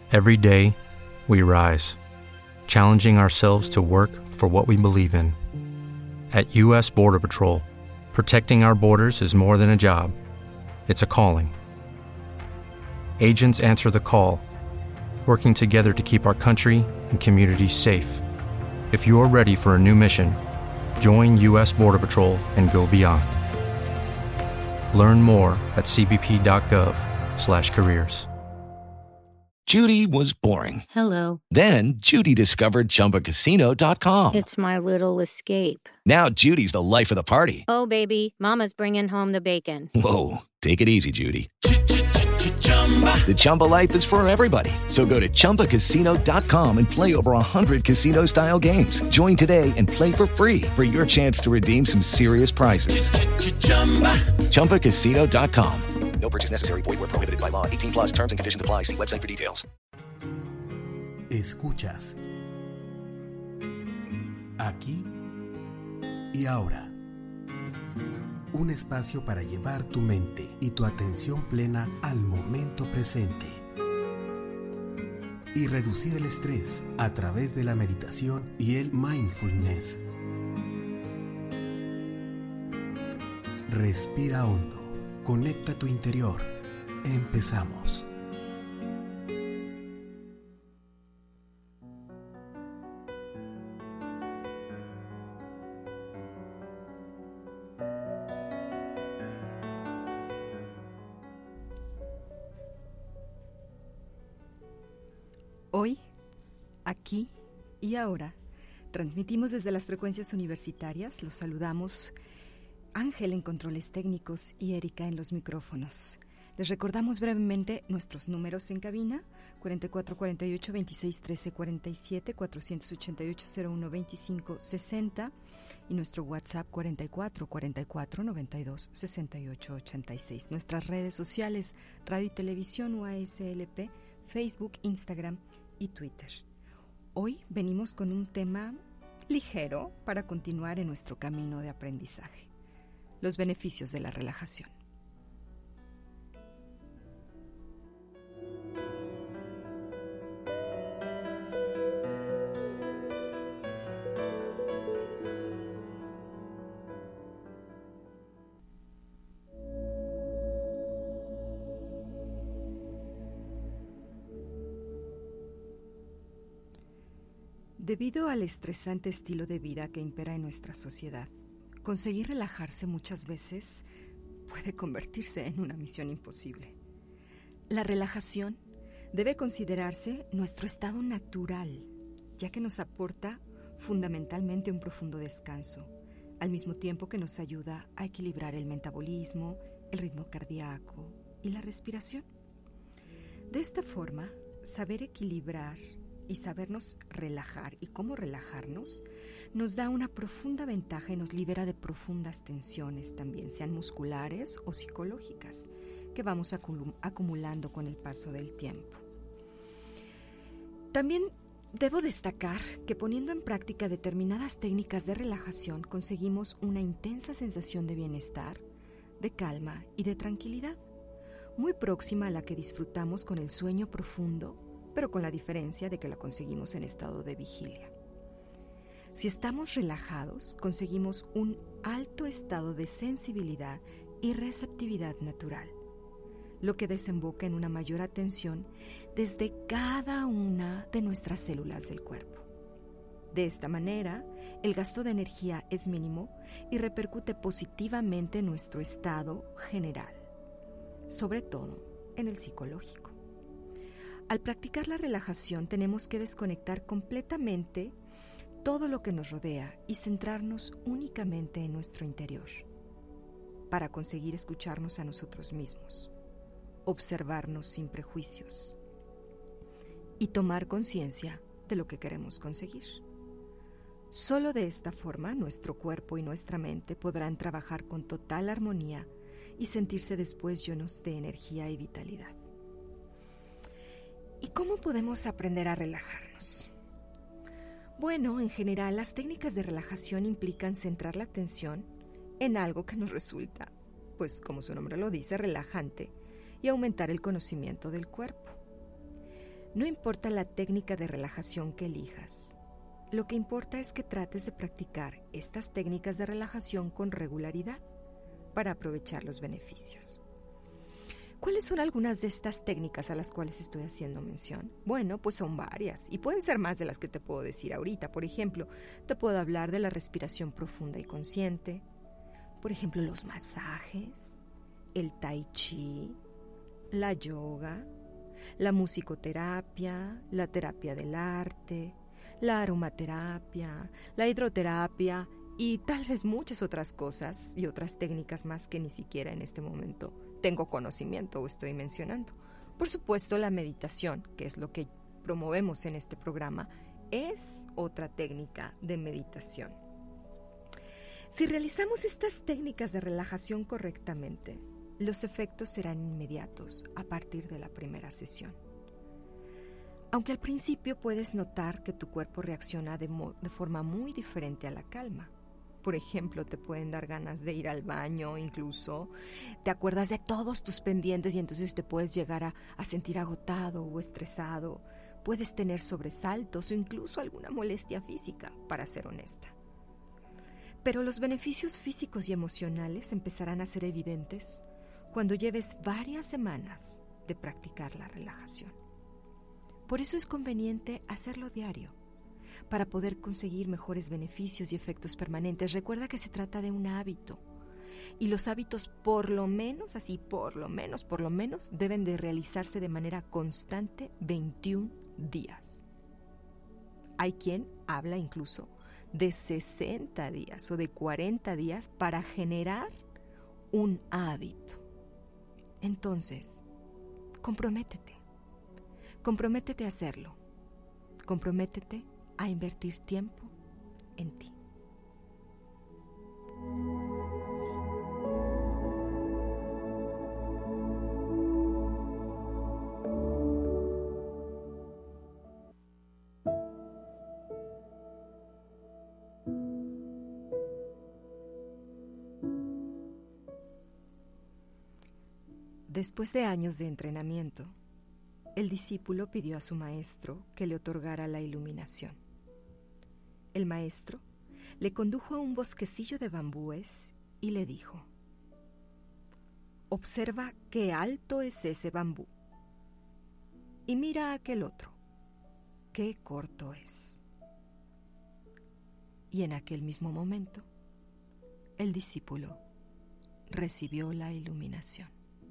Every day, we rise, challenging ourselves to work for what we believe in. At U.S. Border Patrol, protecting our borders is more than a job. It's a calling. Agents answer the call, working together to keep our country and communities safe. If you're ready for a new mission, join U.S. Border Patrol and go beyond. Learn more at cbp.gov/careers. Judy was boring. Hello. Then Judy discovered ChumbaCasino.com. It's my little escape. Now Judy's the life of the party. Oh, baby, mama's bringing home the bacon. Whoa, take it easy, Judy. The Chumba life is for everybody. So go to ChumbaCasino.com and play over 100 casino-style games. Join today and play for free for your chance to redeem some serious prizes. ChumbaCasino.com. No purchase necessary. Void where prohibited by law. 18 plus terms and conditions apply. See website for details. Escuchas. Aquí y ahora. Un espacio para llevar tu mente y tu atención plena al momento presente. Y reducir el estrés a través de la meditación y el mindfulness. Respira hondo. Conecta tu interior. Empezamos. Hoy, aquí y ahora, transmitimos desde las frecuencias universitarias. Los saludamos Ángel en controles técnicos y Erika en los micrófonos. Les recordamos brevemente nuestros números en cabina: 4448 26 13 47, 488 01 25 60 y nuestro WhatsApp 44 44 92 68 86. Nuestras redes sociales: Radio y Televisión UASLP, Facebook, Instagram y Twitter. Hoy venimos con un tema ligero para continuar en nuestro camino de aprendizaje: los beneficios de la relajación. Debido al estresante estilo de vida que impera en nuestra sociedad, conseguir relajarse muchas veces puede convertirse en una misión imposible. La relajación debe considerarse nuestro estado natural, ya que nos aporta fundamentalmente un profundo descanso, al mismo tiempo que nos ayuda a equilibrar el metabolismo, el ritmo cardíaco y la respiración. De esta forma, saber equilibrar y sabernos relajar y cómo relajarnos nos da una profunda ventaja y nos libera de profundas tensiones también, sean musculares o psicológicas, que vamos acumulando con el paso del tiempo. También debo destacar que poniendo en práctica determinadas técnicas de relajación conseguimos una intensa sensación de bienestar, de calma y de tranquilidad, muy próxima a la que disfrutamos con el sueño profundo, pero con la diferencia de que la conseguimos en estado de vigilia. Si estamos relajados, conseguimos un alto estado de sensibilidad y receptividad natural, lo que desemboca en una mayor atención desde cada una de nuestras células del cuerpo. De esta manera, el gasto de energía es mínimo y repercute positivamente en nuestro estado general, sobre todo en el psicológico. Al practicar la relajación tenemos que desconectar completamente todo lo que nos rodea y centrarnos únicamente en nuestro interior para conseguir escucharnos a nosotros mismos, observarnos sin prejuicios y tomar conciencia de lo que queremos conseguir. Solo de esta forma nuestro cuerpo y nuestra mente podrán trabajar con total armonía y sentirse después llenos de energía y vitalidad. ¿Y cómo podemos aprender a relajarnos? Bueno, en general, las técnicas de relajación implican centrar la atención en algo que nos resulta, pues como su nombre lo dice, relajante, y aumentar el conocimiento del cuerpo. No importa la técnica de relajación que elijas. Lo que importa es que trates de practicar estas técnicas de relajación con regularidad para aprovechar los beneficios. ¿Cuáles son algunas de estas técnicas a las cuales estoy haciendo mención? Bueno, pues son varias y pueden ser más de las que te puedo decir ahorita. Por ejemplo, te puedo hablar de la respiración profunda y consciente, por ejemplo, los masajes, el tai chi, la yoga, la musicoterapia, la terapia del arte, la aromaterapia, la hidroterapia y tal vez muchas otras cosas y otras técnicas más que ni siquiera en este momento tengo conocimiento o estoy mencionando. Por supuesto, la meditación, que es lo que promovemos en este programa, es otra técnica de meditación. Si realizamos estas técnicas de relajación correctamente, los efectos serán inmediatos a partir de la primera sesión. Aunque al principio puedes notar que tu cuerpo reacciona de forma muy diferente a la calma. Por ejemplo, te pueden dar ganas de ir al baño, incluso te acuerdas de todos tus pendientes y entonces te puedes llegar a sentir agotado o estresado. Puedes tener sobresaltos o incluso alguna molestia física, para ser honesta. Pero los beneficios físicos y emocionales empezarán a ser evidentes cuando lleves varias semanas de practicar la relajación. Por eso es conveniente hacerlo diario, para poder conseguir mejores beneficios y efectos permanentes. Recuerda que se trata de un hábito, y los hábitos por lo menos, deben de realizarse de manera constante 21 días. Hay quien habla incluso de 60 días o de 40 días para generar un hábito. Entonces, comprométete a hacerlo. Comprométete a invertir tiempo en ti. Después de años de entrenamiento, el discípulo pidió a su maestro que le otorgara la iluminación. El maestro le condujo a un bosquecillo de bambúes y le dijo: observa qué alto es ese bambú y mira aquel otro, qué corto es. Y en aquel mismo momento, el discípulo recibió la iluminación.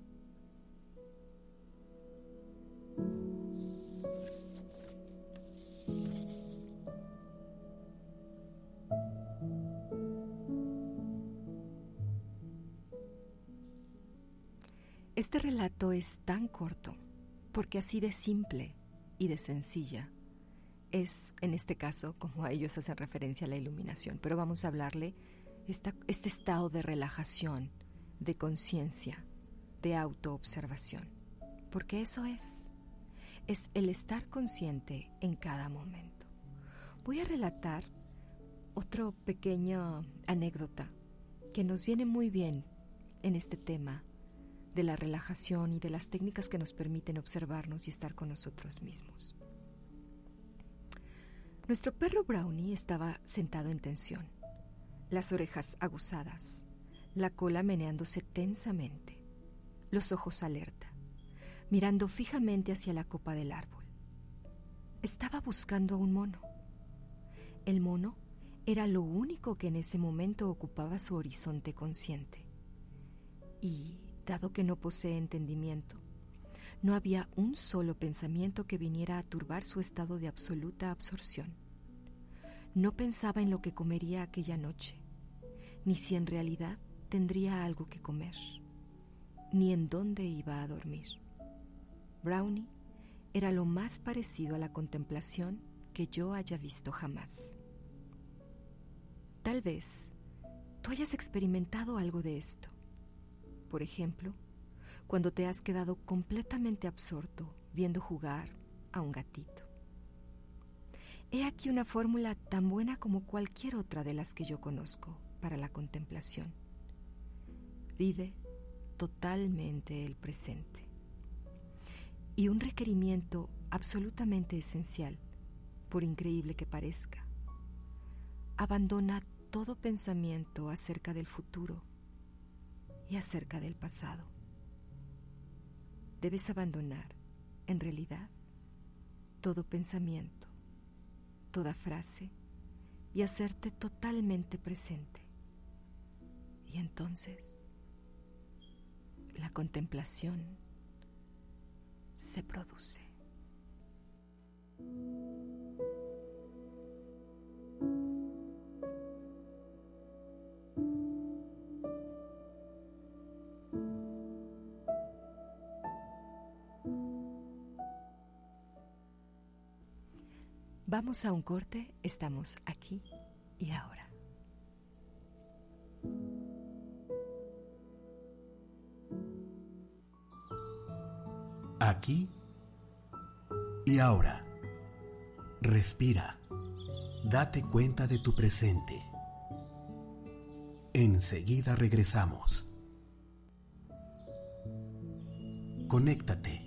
Este relato es tan corto porque así de simple y de sencilla es, en este caso, como a ellos hacen referencia a la iluminación. Pero vamos a hablarle este estado de relajación, de conciencia, de autoobservación. Porque eso es el estar consciente en cada momento. Voy a relatar otra pequeña anécdota que nos viene muy bien en este tema de la relajación y de las técnicas que nos permiten observarnos y estar con nosotros mismos. Nuestro perro Brownie estaba sentado en tensión, las orejas aguzadas, la cola meneándose tensamente, los ojos alerta, mirando fijamente hacia la copa del árbol. Estaba buscando a un mono. El mono era lo único que en ese momento ocupaba su horizonte consciente. Y dado que no posee entendimiento, no había un solo pensamiento que viniera a turbar su estado de absoluta absorción. No pensaba en lo que comería aquella noche, ni si en realidad tendría algo que comer, ni en dónde iba a dormir. Brownie era lo más parecido a la contemplación que yo haya visto jamás. Tal vez tú hayas experimentado algo de esto. Por ejemplo, cuando te has quedado completamente absorto viendo jugar a un gatito. He aquí una fórmula tan buena como cualquier otra de las que yo conozco para la contemplación. Vive totalmente el presente. Y un requerimiento absolutamente esencial, por increíble que parezca. Abandona todo pensamiento acerca del futuro y acerca del pasado. Debes abandonar, en realidad, todo pensamiento, toda frase y hacerte totalmente presente. Y entonces, la contemplación se produce. Vamos a un corte, estamos aquí y ahora. Aquí y ahora. Respira. Date cuenta de tu presente. Enseguida regresamos. Conéctate.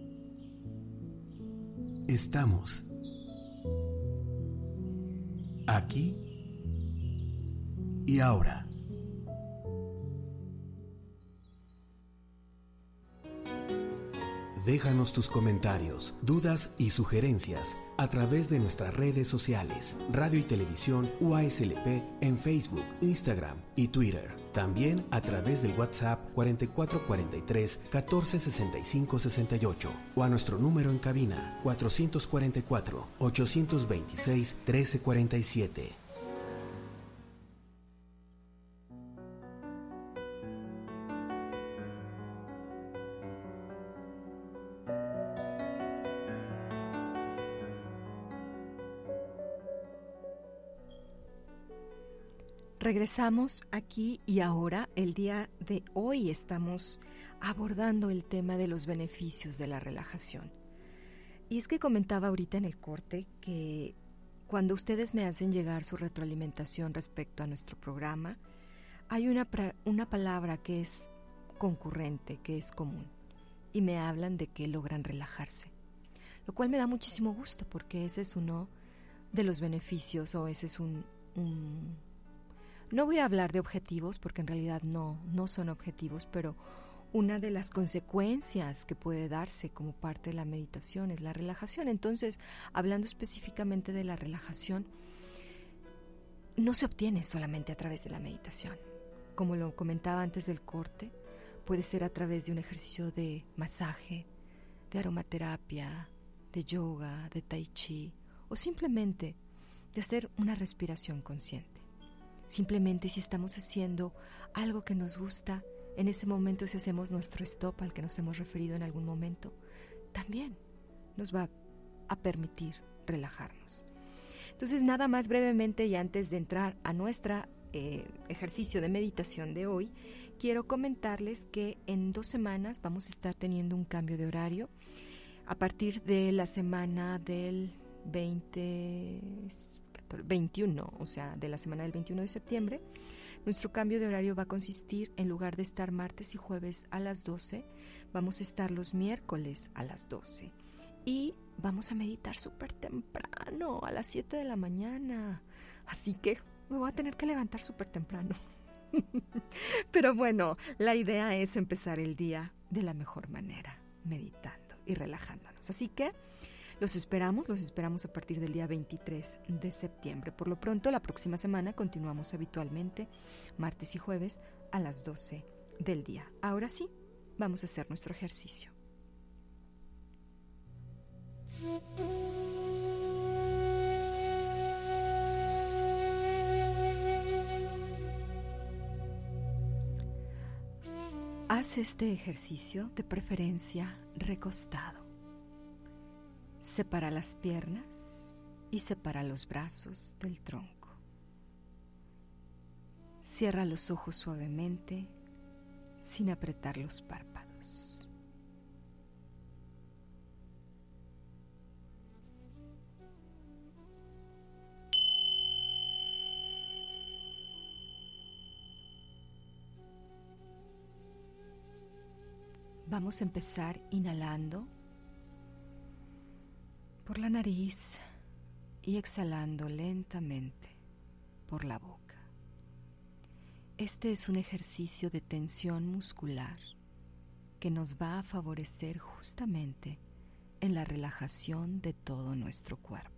Estamos aquí y ahora. Déjanos tus comentarios, dudas y sugerencias a través de nuestras redes sociales, Radio y Televisión UASLP en Facebook, Instagram y Twitter. También a través del WhatsApp 4443 1465 68 o a nuestro número en cabina 444 826 1347. Regresamos aquí y ahora. El día de hoy estamos abordando el tema de los beneficios de la relajación. Y es que comentaba ahorita en el corte que cuando ustedes me hacen llegar su retroalimentación respecto a nuestro programa, hay una palabra que es concurrente, que es común, y me hablan de que logran relajarse, lo cual me da muchísimo gusto porque ese es uno de los beneficios, o ese es no voy a hablar de objetivos porque en realidad no son objetivos, pero una de las consecuencias que puede darse como parte de la meditación es la relajación. Entonces, hablando específicamente de la relajación, no se obtiene solamente a través de la meditación. Como lo comentaba antes del corte, puede ser a través de un ejercicio de masaje, de aromaterapia, de yoga, de tai chi, o simplemente de hacer una respiración consciente. Simplemente si estamos haciendo algo que nos gusta, en ese momento si hacemos nuestro stop al que nos hemos referido en algún momento, también nos va a permitir relajarnos. Entonces, nada más brevemente y antes de entrar a nuestro ejercicio de meditación de hoy, quiero comentarles que en 2 semanas vamos a estar teniendo un cambio de horario. A partir de la semana del 21, o sea, de la semana del 21 de septiembre, nuestro cambio de horario va a consistir, en lugar de estar martes y jueves a las 12, vamos a estar los miércoles a las 12. Y vamos a meditar súper temprano, a las 7 de la mañana. Así que me voy a tener que levantar súper temprano. Pero bueno, la idea es empezar el día de la mejor manera, meditando y relajándonos. Así que los esperamos a partir del día 23 de septiembre. Por lo pronto, la próxima semana continuamos habitualmente, martes y jueves, a las 12 del día. Ahora sí, vamos a hacer nuestro ejercicio. Haz este ejercicio de preferencia recostado. Separa las piernas y separa los brazos del tronco. Cierra los ojos suavemente sin apretar los párpados. Vamos a empezar inhalando por la nariz y exhalando lentamente por la boca. Este es un ejercicio de tensión muscular que nos va a favorecer justamente en la relajación de todo nuestro cuerpo.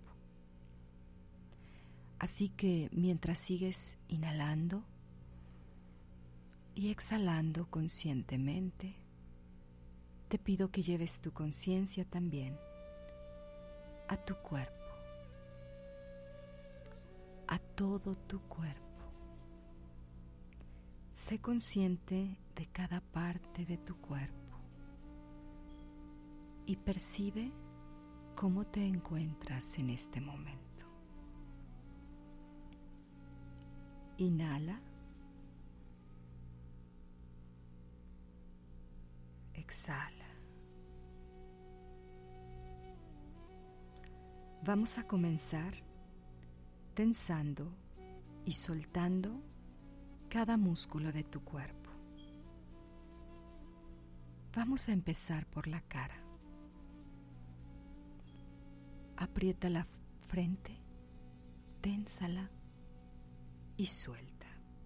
Así que mientras sigues inhalando y exhalando conscientemente, te pido que lleves tu conciencia también a tu cuerpo, a todo tu cuerpo. Sé consciente de cada parte de tu cuerpo y percibe cómo te encuentras en este momento. Inhala. Exhala. Vamos a comenzar tensando y soltando cada músculo de tu cuerpo. Vamos a empezar por la cara. Aprieta la frente, ténsala y suelta.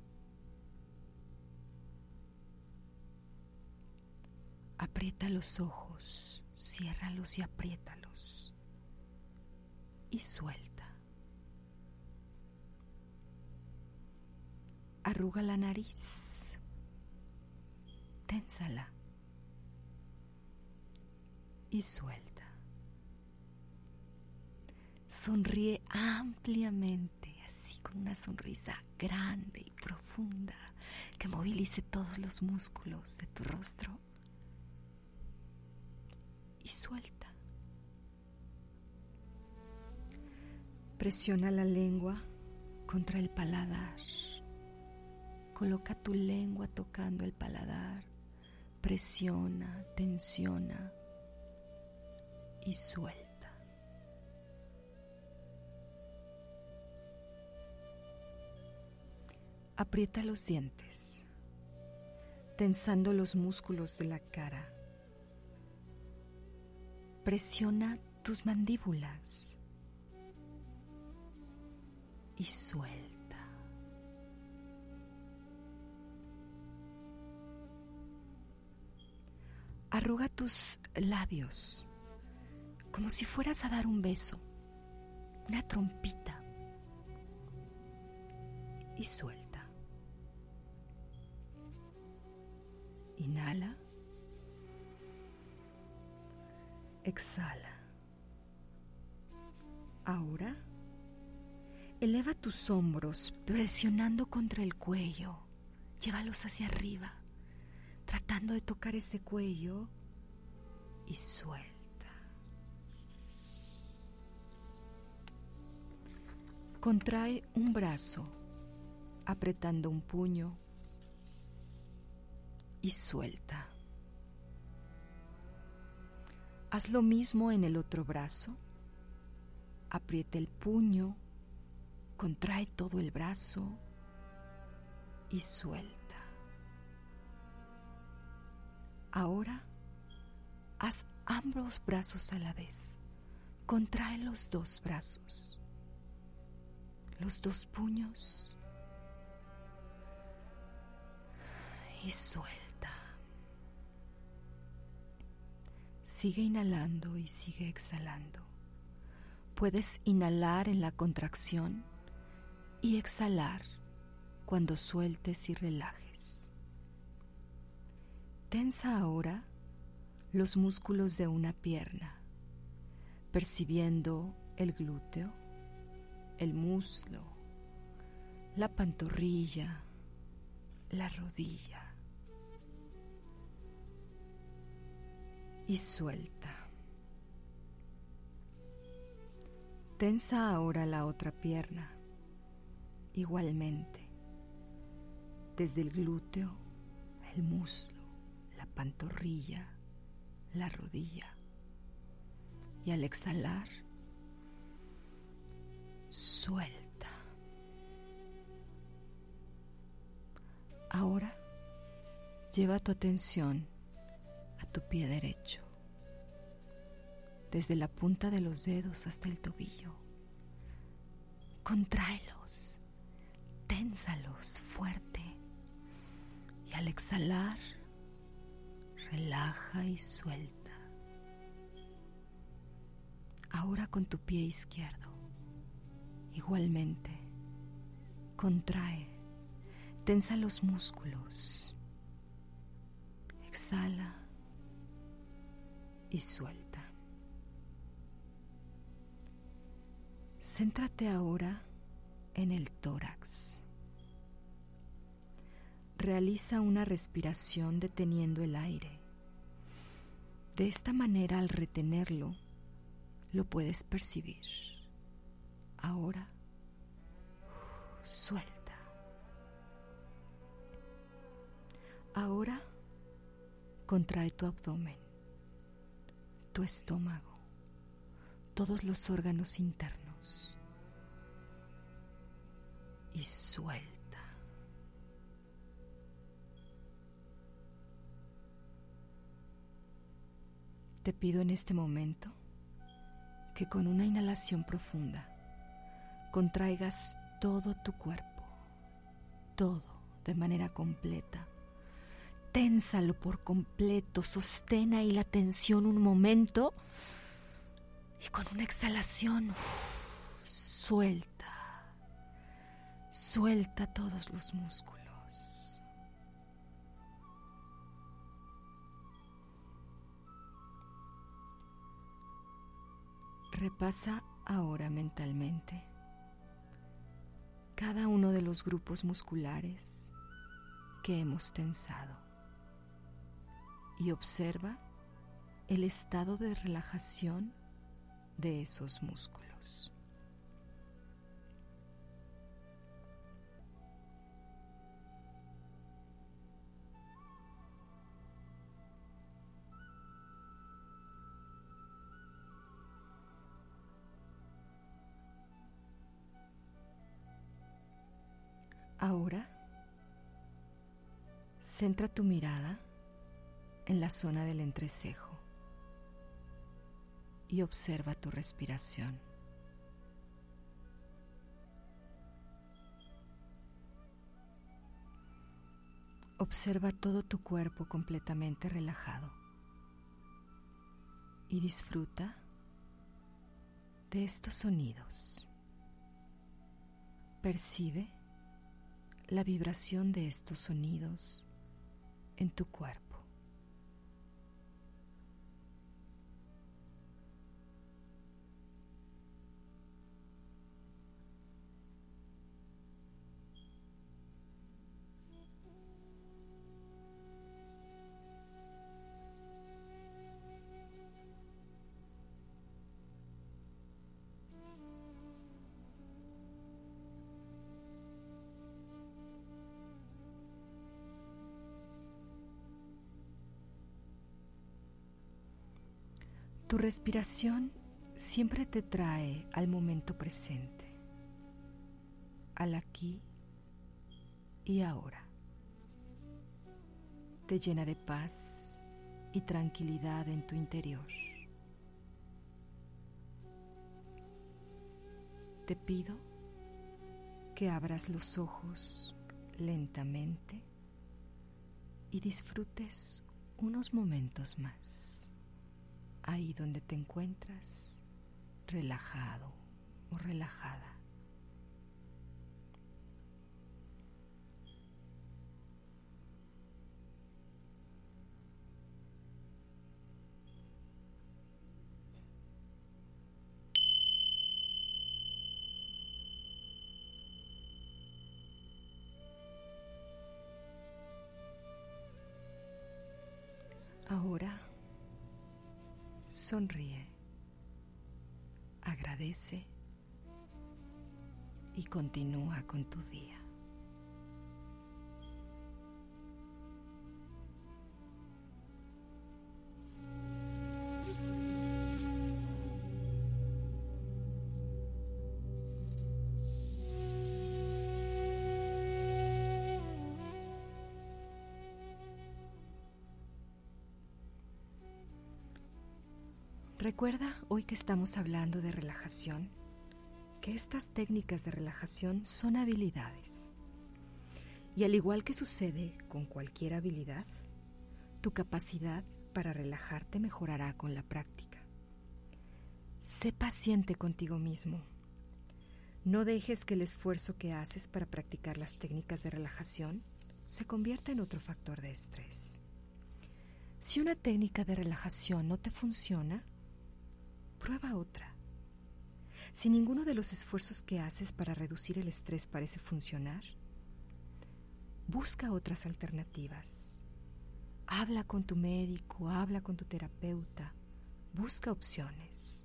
Aprieta los ojos, ciérralos y apriétalos y suelta. Arruga la nariz, ténsala y suelta. Sonríe ampliamente, así con una sonrisa grande y profunda que movilice todos los músculos de tu rostro y suelta. Presiona la lengua contra el paladar. Coloca tu lengua tocando el paladar. Presiona, tensiona y suelta. Aprieta los dientes, tensando los músculos de la cara. Presiona tus mandíbulas y suelta. Arruga tus labios como si fueras a dar un beso, una trompita, y suelta. Inhala. Exhala. Ahora, eleva tus hombros presionando contra el cuello. Llévalos hacia arriba, tratando de tocar ese cuello y suelta. Contrae un brazo, apretando un puño y suelta. Haz lo mismo en el otro brazo. Aprieta el puño, contrae todo el brazo y suelta. Ahora, haz ambos brazos a la vez. Contrae los dos brazos, los dos puños y suelta. Sigue inhalando y sigue exhalando. Puedes inhalar en la contracción y exhalar cuando sueltes y relajes. Tensa ahora los músculos de una pierna, percibiendo el glúteo, el muslo, la pantorrilla, la rodilla. Y suelta. Tensa ahora la otra pierna, igualmente, desde el glúteo, el muslo, la pantorrilla, la rodilla. Y al exhalar, suelta. Ahora, lleva tu atención a tu pie derecho. desde la punta de los dedos hasta el tobillo. Contráelos, ténsalos fuerte y al exhalar, relaja y suelta. Ahora con tu pie izquierdo, igualmente, contrae, tensa los músculos, exhala y suelta. Céntrate ahora en el tórax. Realiza una respiración deteniendo el aire. De esta manera, al retenerlo, lo puedes percibir. Ahora, suelta. Ahora, contrae tu abdomen, tu estómago, todos los órganos internos y suelta. Te pido en este momento que con una inhalación profunda contraigas todo tu cuerpo, todo de manera completa. Ténsalo por completo, sostén ahí la tensión un momento y con una exhalación, suelta, suelta todos los músculos. Repasa ahora mentalmente cada uno de los grupos musculares que hemos tensado y observa el estado de relajación de esos músculos. Ahora, centra tu mirada en la zona del entrecejo y observa tu respiración. Observa todo tu cuerpo completamente relajado y disfruta de estos sonidos. Percibe la vibración de estos sonidos en tu cuerpo. Tu respiración siempre te trae al momento presente, al aquí y ahora. Te llena de paz y tranquilidad en tu interior. Te pido que abras los ojos lentamente y disfrutes unos momentos más ahí donde te encuentras, relajado o relajada. Ahora, sonríe, agradece y continúa con tu día. Recuerda, hoy que estamos hablando de relajación, que estas técnicas de relajación son habilidades. Y al igual que sucede con cualquier habilidad, tu capacidad para relajarte mejorará con la práctica. Sé paciente contigo mismo. No dejes que el esfuerzo que haces para practicar las técnicas de relajación se convierta en otro factor de estrés. Si una técnica de relajación no te funciona, prueba otra. Si ninguno de los esfuerzos que haces para reducir el estrés parece funcionar, busca otras alternativas. Habla con tu médico, habla con tu terapeuta, busca opciones.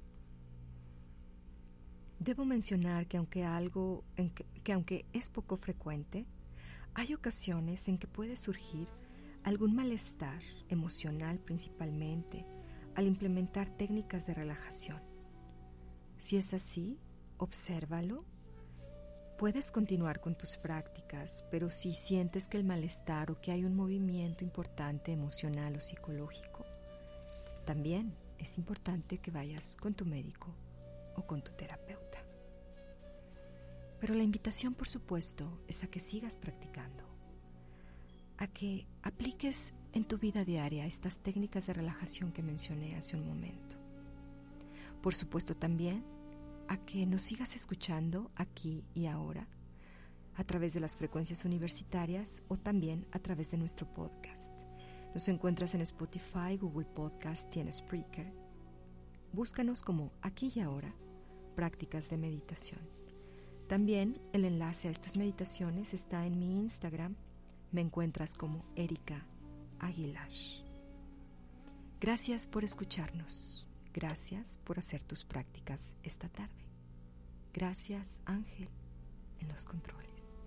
Debo mencionar que aunque es poco frecuente, hay ocasiones en que puede surgir algún malestar emocional principalmente al implementar técnicas de relajación. Si es así, obsérvalo. Puedes continuar con tus prácticas, pero si sientes que el malestar o que hay un movimiento importante emocional o psicológico, también es importante que vayas con tu médico o con tu terapeuta. Pero la invitación, por supuesto, es a que sigas practicando, a que apliques en tu vida diaria estas técnicas de relajación que mencioné hace un momento. Por supuesto también a que nos sigas escuchando aquí y ahora a través de las frecuencias universitarias o también a través de nuestro podcast. Nos encuentras en Spotify, Google Podcast y en Spreaker. Búscanos como Aquí y Ahora, Prácticas de Meditación. También el enlace a estas meditaciones está en mi Instagram. Me encuentras como Erika Aguilar. Gracias por escucharnos. Gracias por hacer tus prácticas esta tarde. Gracias, Ángel, en los controles.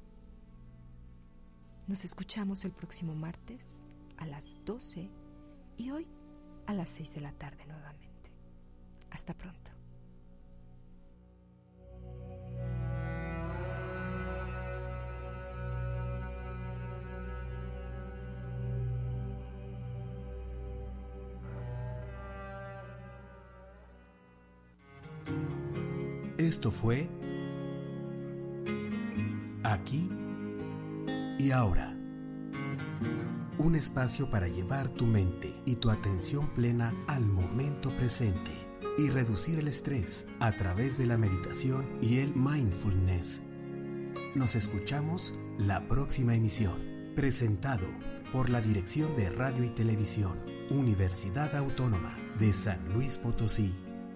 Nos escuchamos el próximo martes a las 12 y hoy a las 6 de la tarde nuevamente. Hasta pronto. Esto fue Aquí y Ahora. Un espacio para llevar tu mente y tu atención plena al momento presente y reducir el estrés a través de la meditación y el mindfulness. Nos escuchamos la próxima emisión. Presentado por la Dirección de Radio y Televisión, Universidad Autónoma de San Luis Potosí.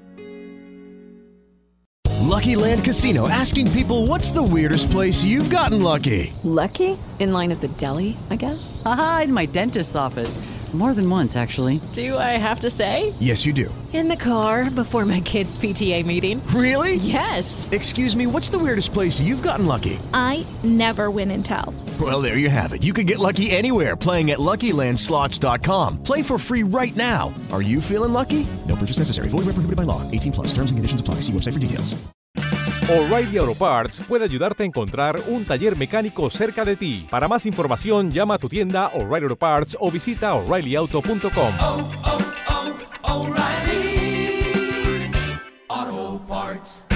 Lucky Land Casino, asking people, what's the weirdest place you've gotten lucky? Lucky? In line at the deli, I guess? Aha, in my dentist's office. More than once, actually. Do I have to say? Yes, you do. In the car before my kids' PTA meeting. Really? Yes. Excuse me, what's the weirdest place you've gotten lucky? I never win and tell. Well, there you have it. You can get lucky anywhere, playing at LuckyLandSlots.com. Play for free right now. Are you feeling lucky? No purchase necessary. Void where prohibited by law. 18+. Terms and conditions apply. See website for details. O'Reilly Auto Parts puede ayudarte a encontrar un taller mecánico cerca de ti. Para más información, llama a tu tienda O'Reilly Auto Parts o visita O'ReillyAuto.com. O'Reilly Auto Parts.